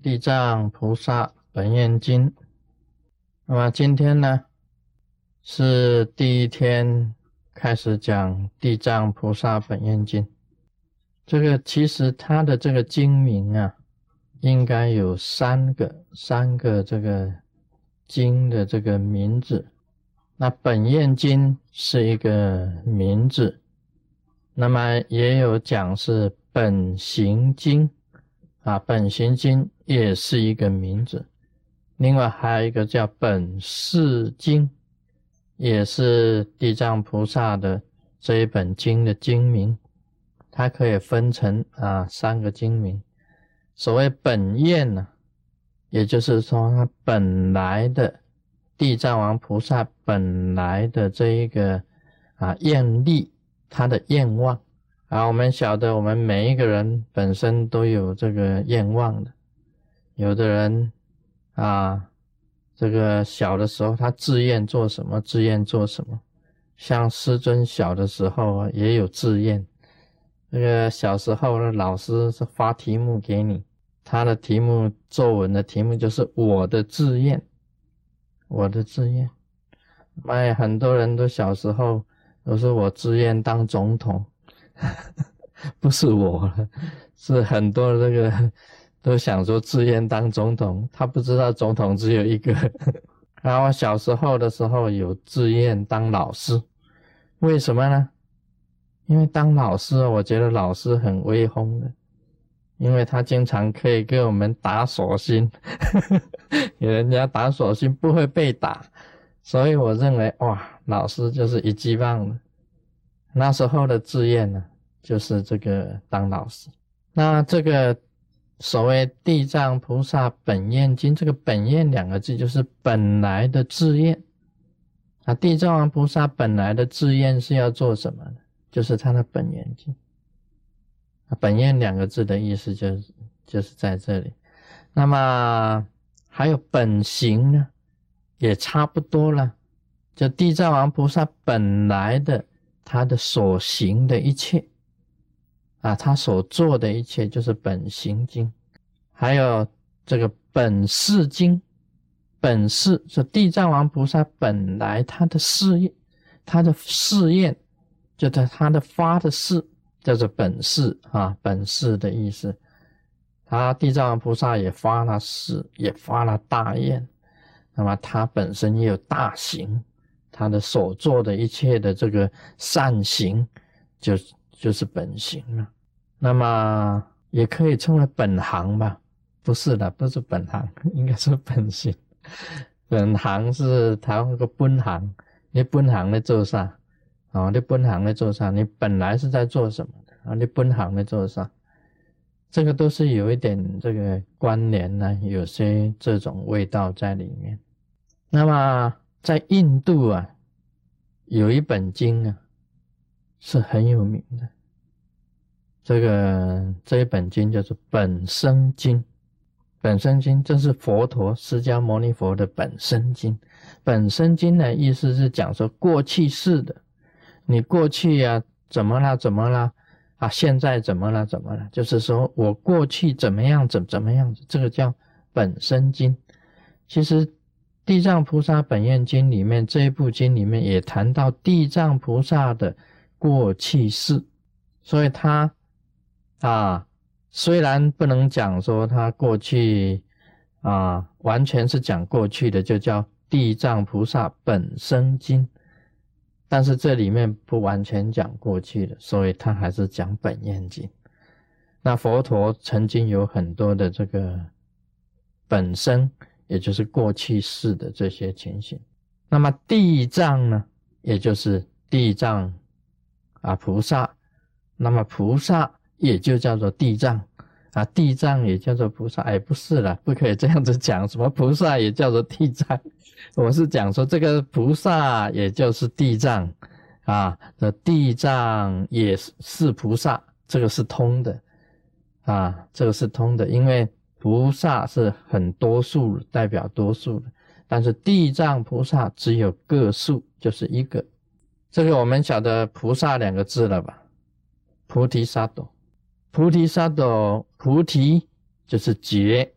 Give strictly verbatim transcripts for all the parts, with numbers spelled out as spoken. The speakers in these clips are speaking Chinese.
地藏菩萨本愿经。那么今天呢，是第一天开始讲地藏菩萨本愿经。这个其实它的这个经名啊，应该有三个三个这个经的这个名字。那本愿经是一个名字，那么也有讲是本行经啊，本行经也是一个名字。另外还有一个叫本誓经，也是地藏菩萨的这一本经的经名，它可以分成啊三个经名。所谓本愿呢，也就是说它本来的地藏王菩萨本来的这一个啊愿力，他的愿望啊，我们晓得我们每一个人本身都有这个愿望的。有的人啊，这个小的时候他志愿做什么志愿做什么，像师尊小的时候啊也有志愿。这个小时候的老师是发题目给你，他的题目作文的题目就是我的志愿，我的志愿。哎，很多人都小时候都说我志愿当总统不是我了，是很多这个都想说志愿当总统，他不知道总统只有一个然后小时候的时候有志愿当老师，为什么呢？因为当老师我觉得老师很威风的，因为他经常可以给我们打手心给人家打手心不会被打，所以我认为哇，老师就是一级棒的。那时候的志愿呢，就是这个当老师。那这个所谓地藏菩萨本愿经，这个本愿两个字就是本来的志愿啊。地藏王菩萨本来的志愿是要做什么呢？就是他的本愿经。本愿两个字的意思就是就是在这里。那么还有本行呢，也差不多了。就地藏王菩萨本来的他的所行的一切啊，他所做的一切就是本行经。还有这个本誓经，本誓是地藏王菩萨本来他的事业，他的誓愿，就是他的发的誓，叫做本誓啊，本誓的意思。他地藏王菩萨也发了誓，也发了大愿，那么他本身也有大行，他的所做的一切的这个善行就就是本行了。那么也可以称为本行吧？不是的，不是本行，应该是本行。本行是台湾个本行，你本行在做啥？哦，你本行在做啥？你本来是在做什么的？啊，你本行在做啥？这个都是有一点这个关联呢，有些这种味道在里面。那么在印度啊，有一本经啊，是很有名的。这个这一本经叫做本生经。本生经这是佛陀释迦牟尼佛的本生经。本生经的意思是讲说过去式的，你过去啊怎么啦怎么啦啊，现在怎么了怎么了，就是说我过去怎么样怎怎么样，这个叫本生经。其实地藏菩萨本愿经里面这一部经里面也谈到地藏菩萨的过去式，所以他啊虽然不能讲说他过去啊完全是讲过去的，就叫地藏菩萨本生经，但是这里面不完全讲过去的，所以他还是讲本愿经。那佛陀曾经有很多的这个本生，也就是过去世的这些情形。那么地藏呢，也就是地藏啊菩萨，那么菩萨也就叫做地藏啊，地藏也叫做菩萨。哎，不是啦，不可以这样子讲，什么菩萨也叫做地藏。我是讲说这个菩萨也就是地藏啊，这地藏也是菩萨，这个是通的啊，这个是通的，因为菩萨是很多数，代表多数的，但是地藏菩萨只有个数，就是一个。这个我们晓得菩萨两个字了吧？菩提萨埵，菩提萨埵，菩提就是觉，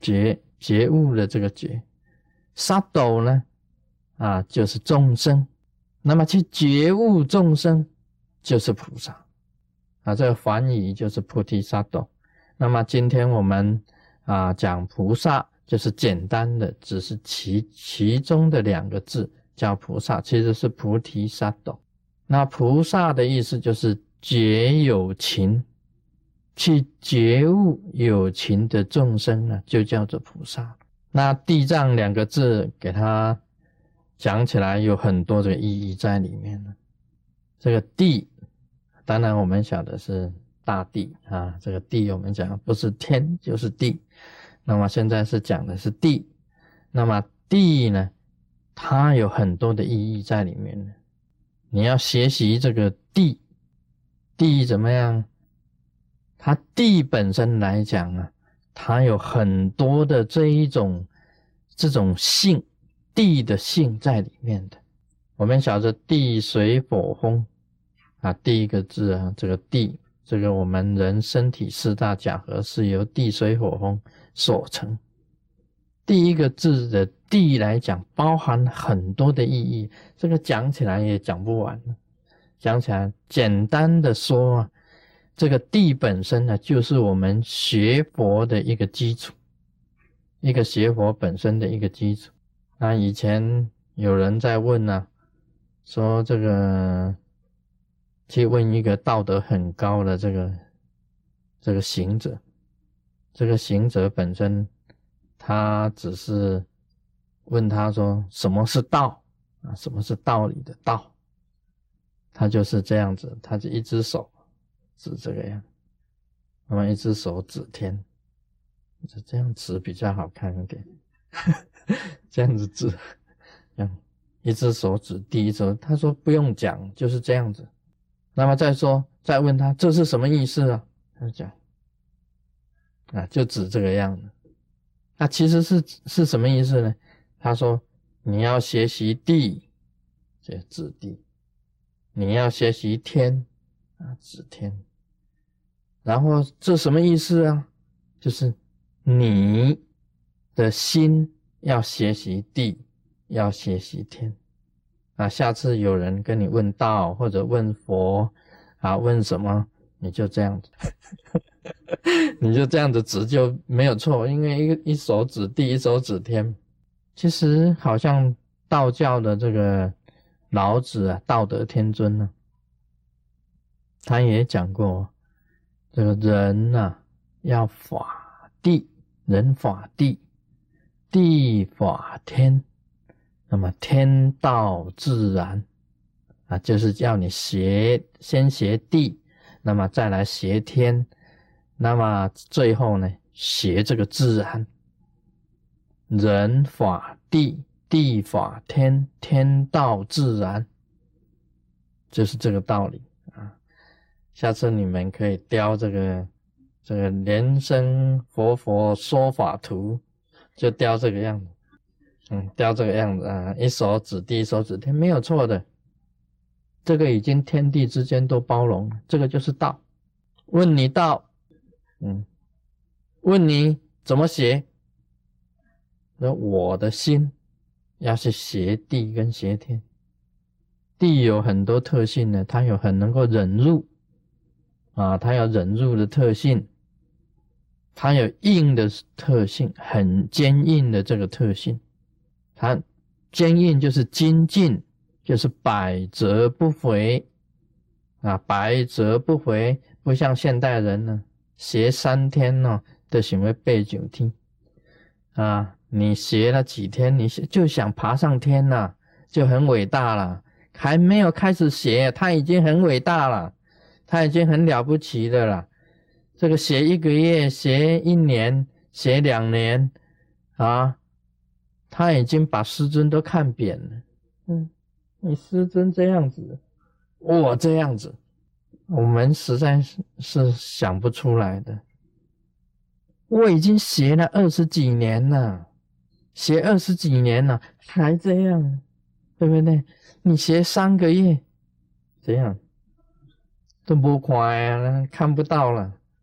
觉觉悟的这个觉。萨埵呢，啊，就是众生。那么去觉悟众生，就是菩萨。啊，这个梵语就是菩提萨埵。那么今天我们啊讲菩萨，就是简单的，只是其其中的两个字叫菩萨，其实是菩提萨埵。那菩萨的意思就是觉有情，去觉悟有情的众生呢，就叫做菩萨。那地藏两个字给它讲起来有很多的意义在里面呢。这个地，当然我们晓得是大地啊，这个地我们讲不是天就是地，那么现在是讲的是地。那么地呢，它有很多的意义在里面呢。你要学习这个地，地怎么样？它地本身来讲啊，它有很多的这一种这种性，地的性在里面的。我们晓得地水火风啊，第一个字啊，这个地，这个我们人身体四大假合是由地水火风所成。第一个字的地来讲，包含很多的意义，这个讲起来也讲不完。讲起来简单的说啊，这个地本身呢，就是我们学佛的一个基础，一个学佛本身的一个基础。那以前有人在问啊，说这个去问一个道德很高的这个这个行者，这个行者本身他只是问他说什么是道啊？什么是道理的道？他就是这样子，他就一只手指这个样，那么一只手指天，就这样指比较好看一点，这样子指，这样一只手指地，一手，他说不用讲，就是这样子。那么再说，再问他这是什么意思啊？他就讲啊，就指这个样子。那其实是是什么意思呢？他说你要学习地，就指地；你要学习天啊，指天。然后这什么意思啊？就是你的心要学习地，要学习天。啊，下次有人跟你问道或者问佛啊，问什么你就这样子你就这样子指就没有错，因为一一手指地，一手指天。其实好像道教的这个老子啊，道德天尊呢、啊，他也讲过，这个人啊要法地，人法地，地法天，那么天道自然啊，就是叫你学，先学地，那么再来学天，那么最后呢学这个自然。人法地，地法天，天道自然，就是这个道理啊。下次你们可以雕这个这个莲生佛佛说法图，就雕这个样子，嗯，雕这个样子啊，一手指地，一手指天，没有错的。这个已经天地之间都包容了，这个就是道。问你道，嗯，问你怎么学？那我的心要是学地跟学天，地有很多特性呢，它有很能够忍辱啊，它有忍辱的特性，它有硬的特性，很坚硬的这个特性。它坚硬就是精进，就是百折不回啊，百折不回，不像现代人呢，学三天呢都想要爬上天啊。你学了几天，你就想爬上天了，就很伟大了。还没有开始学，他已经很伟大了，他已经很了不起的了。这个学一个月，学一年，学两年啊，他已经把师尊都看扁了。嗯，你师尊这样子，我这样子，我们实在是是想不出来的。我已经学了二十几年了。学二十几年了，还这样，对不对？你学三个月，这样都不快啊，看不到了。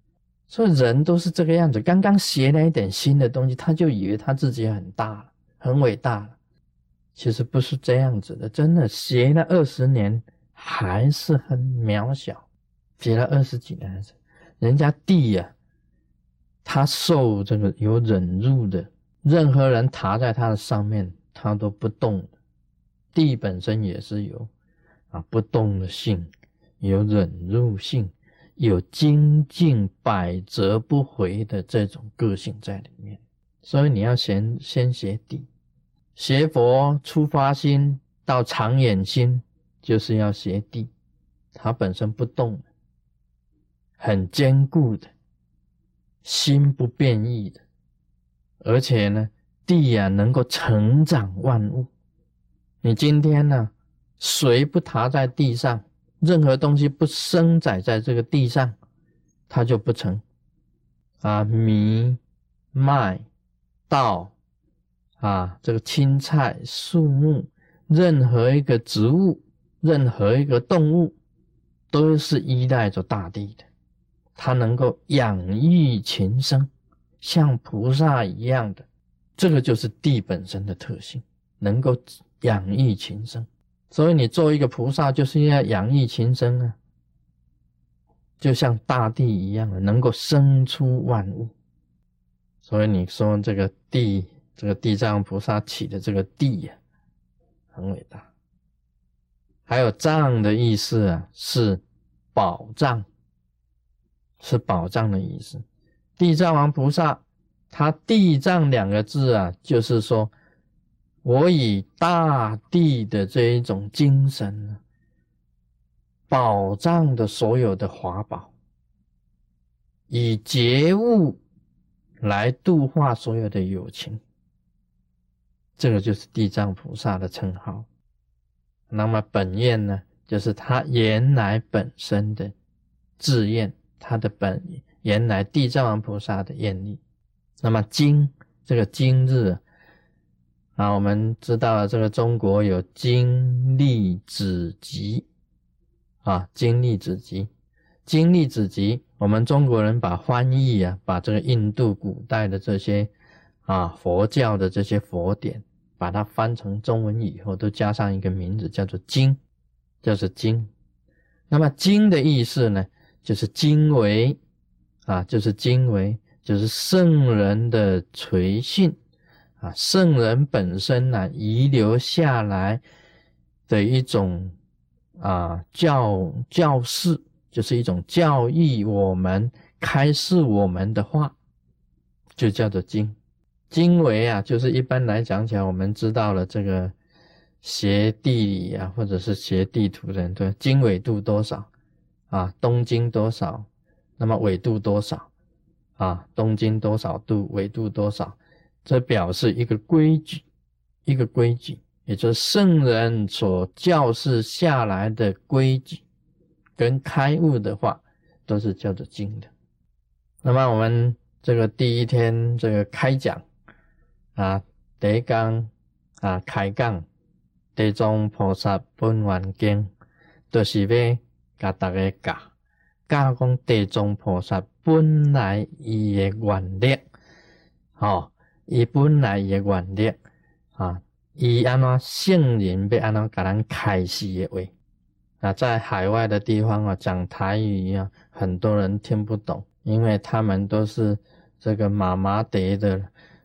所以人都是这个样子，刚刚学了一点新的东西，他就以为他自己很大了，很伟大了。其实不是这样子的，真的学了二十年还是很渺小，学了二十几年还是，人家地呀、啊，他受这个有忍辱的，任何人踏在他的上面，他都不动的。地本身也是有啊不动的性，有忍辱性，有精进百折不回的这种个性在里面。所以你要先先学地。学佛出发心到长远心，就是要学地，它本身不动的，很坚固的，心不变异的，而且呢，地啊能够成长万物。你今天呢，水不踏在地上，任何东西不生长在这个地上，它就不成。啊，米、麦、稻。啊，这个青菜、树木，任何一个植物，任何一个动物，都是依赖着大地的。它能够养育群生，像菩萨一样的，这个就是地本身的特性，能够养育群生。所以你做一个菩萨，就是要养育群生啊，就像大地一样的，能够生出万物。所以你说这个地。这个地藏菩萨起的这个地啊，很伟大。还有藏的意思啊，是宝藏，是宝藏的意思。地藏王菩萨，他地藏两个字啊，就是说我以大地的这一种精神，宝藏的所有的华宝，以觉悟来度化所有的有情。这个就是地藏菩萨的称号。那么本愿呢，就是他原来本身的志愿，他的本原来地藏王菩萨的愿力。那么今这个今日啊，我们知道这个中国有经历子集啊，经历子集，经历子集，我们中国人把翻译啊，把这个印度古代的这些啊佛教的这些佛典，把它翻成中文以后，都加上一个名字，叫做经，叫做经。那么经的意思呢，就是经为啊，就是经为，就是圣人的垂训啊，圣人本身呢、啊、遗留下来的一种啊教教示，就是一种教育我们、开示我们的话，就叫做经。经纬啊，就是一般来讲起来，我们知道了这个学地理啊，或者是学地图的人，对经纬度多少啊？东经多少？那么纬度多少啊？东经多少度？纬度多少？这表示一个规矩，一个规矩，也就是圣人所教示下来的规矩，跟开悟的话，都是叫做经的。那么我们这个第一天这个开讲。啊，第一讲啊，开讲地藏菩萨本愿经，就是要甲大家教教讲地藏菩萨本来伊的愿力，吼，伊本来伊的愿力啊，伊安怎圣人要安怎甲咱开示的话，啊，在海外的地方啊，讲台语啊，很多人听不懂，因为他们都是这个麻麻地的。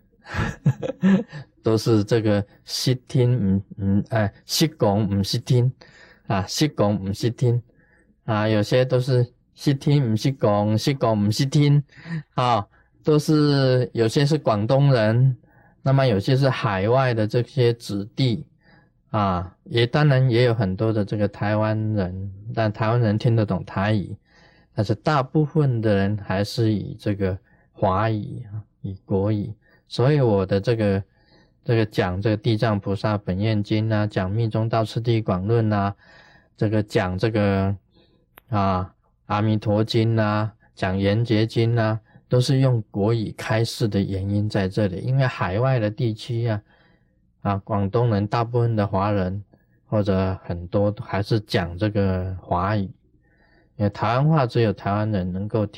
都是这个识听唔唔哎，识讲唔识听啊，识讲唔识听啊，有些都是识听唔识讲，识讲唔识听啊，都是有些是广东人，那么有些是海外的这些子弟啊，也当然也有很多的这个台湾人，但台湾人听得懂台语，但是大部分的人还是以这个华语啊，以国语。所以我的这个这个讲这个地藏菩萨本愿经啊，讲密宗道次第广论啊，这个讲这个啊阿弥陀经啊，讲圆觉经啊，都是用国语开示的原因在这里。因为海外的地区啊，啊广东人大部分的华人或者很多还是讲这个华语，因为台湾话只有台湾人能够听，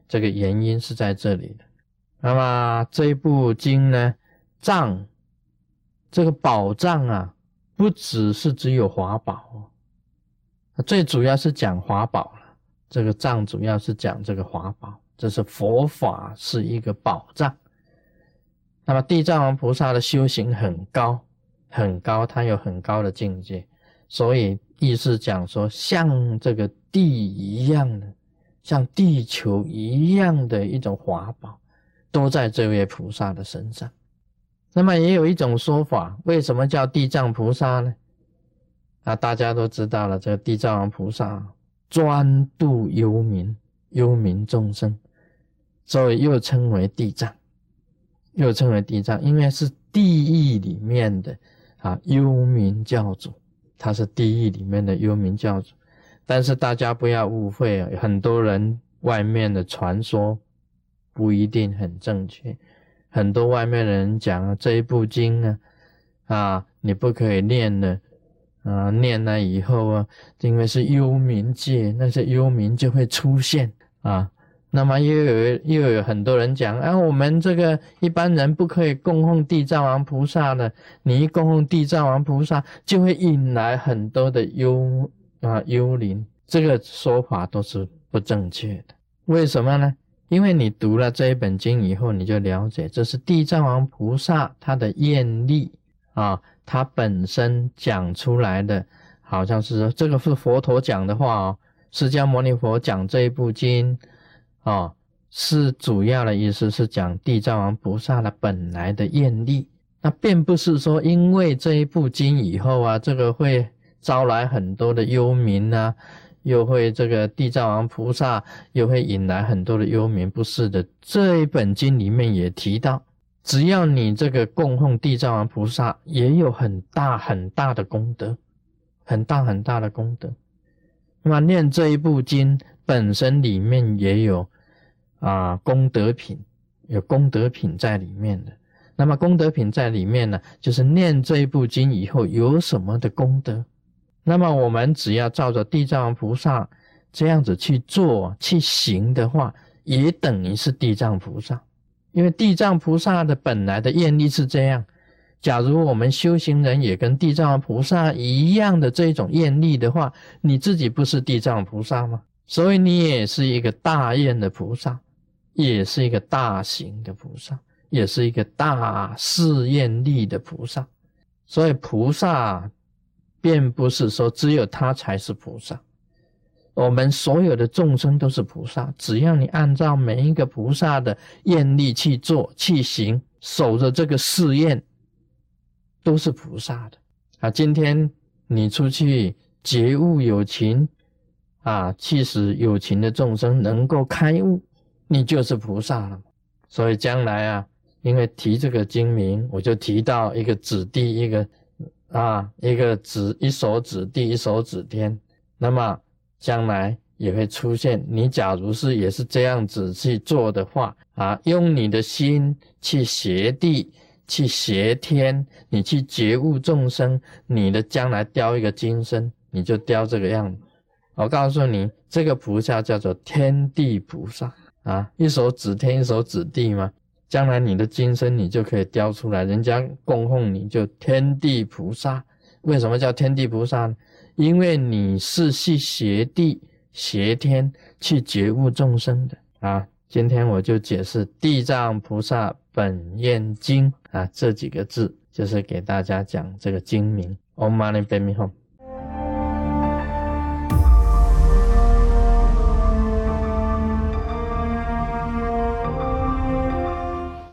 这个原因是在这里的。那么这一部经呢，藏这个宝藏啊，不只是只有华宝，最主要是讲华宝了。这个藏主要是讲这个华宝，这是佛法是一个宝藏。那么地藏王菩萨的修行很高很高，他有很高的境界，所以意思讲说，像这个地一样的，像地球一样的一种华宝，都在这位菩萨的身上。那么也有一种说法，为什么叫地藏菩萨呢？啊，大家都知道了，这个地藏王菩萨专度幽冥，幽冥众生，所以又称为地藏，又称为地藏，因为是地狱里面的啊幽冥教主，他是地狱里面的幽冥教主。但是大家不要误会，很多人外面的传说不一定很正确，很多外面的人讲啊，这一部经呢，啊，你不可以念了，啊，念了以后啊，因为是幽冥界，那些幽冥就会出现啊。那么又有又有很多人讲啊，我们这个一般人不可以供奉地藏王菩萨的，你一供奉地藏王菩萨，就会引来很多的幽啊幽灵。这个说法都是不正确的。为什么呢？因为你读了这一本经以后，你就了解这是地藏王菩萨他的愿力啊，他本身讲出来的，好像是这个是佛陀讲的话哦，释迦牟尼佛讲这一部经哦，是主要的意思是讲地藏王菩萨的本来的愿力，那并不是说因为这一部经以后啊，这个会招来很多的幽冥啊，又会这个地藏王菩萨又会引来很多的幽冥，不是的。这一本经里面也提到，只要你这个供奉地藏王菩萨，也有很大很大的功德，很大很大的功德。那么念这一部经本身里面也有啊功德品，有功德品在里面的。那么功德品在里面呢，就是念这一部经以后有什么的功德。那么我们只要照着地藏王菩萨这样子去做去行的话，也等于是地藏菩萨。因为地藏菩萨的本来的愿力是这样，假如我们修行人也跟地藏王菩萨一样的这种愿力的话，你自己不是地藏菩萨吗？所以你也是一个大愿的菩萨，也是一个大行的菩萨，也是一个大誓愿力的菩萨。所以菩萨并不是说只有他才是菩萨，我们所有的众生都是菩萨，只要你按照每一个菩萨的愿力去做去行，守着这个誓愿，都是菩萨的啊。今天你出去觉悟有情啊，去使有情的众生能够开悟，你就是菩萨了。所以将来啊，因为提这个经名，我就提到一个指地，一个啊，一个指一手指地，一手指天。那么将来也会出现，你假如是也是这样子去做的话啊，用你的心去学地，去学天，你去觉悟众生，你的将来雕一个金身，你就雕这个样子。我告诉你，这个菩萨叫做天地菩萨啊，一手指天，一手指地嘛。将来你的金身你就可以雕出来，人家供奉你就天地菩萨。为什么叫天地菩萨呢？因为你是去学地学天去觉悟众生的啊。今天我就解释地藏菩萨本愿经啊，这几个字就是给大家讲这个经名。Om Mani Padme Hum。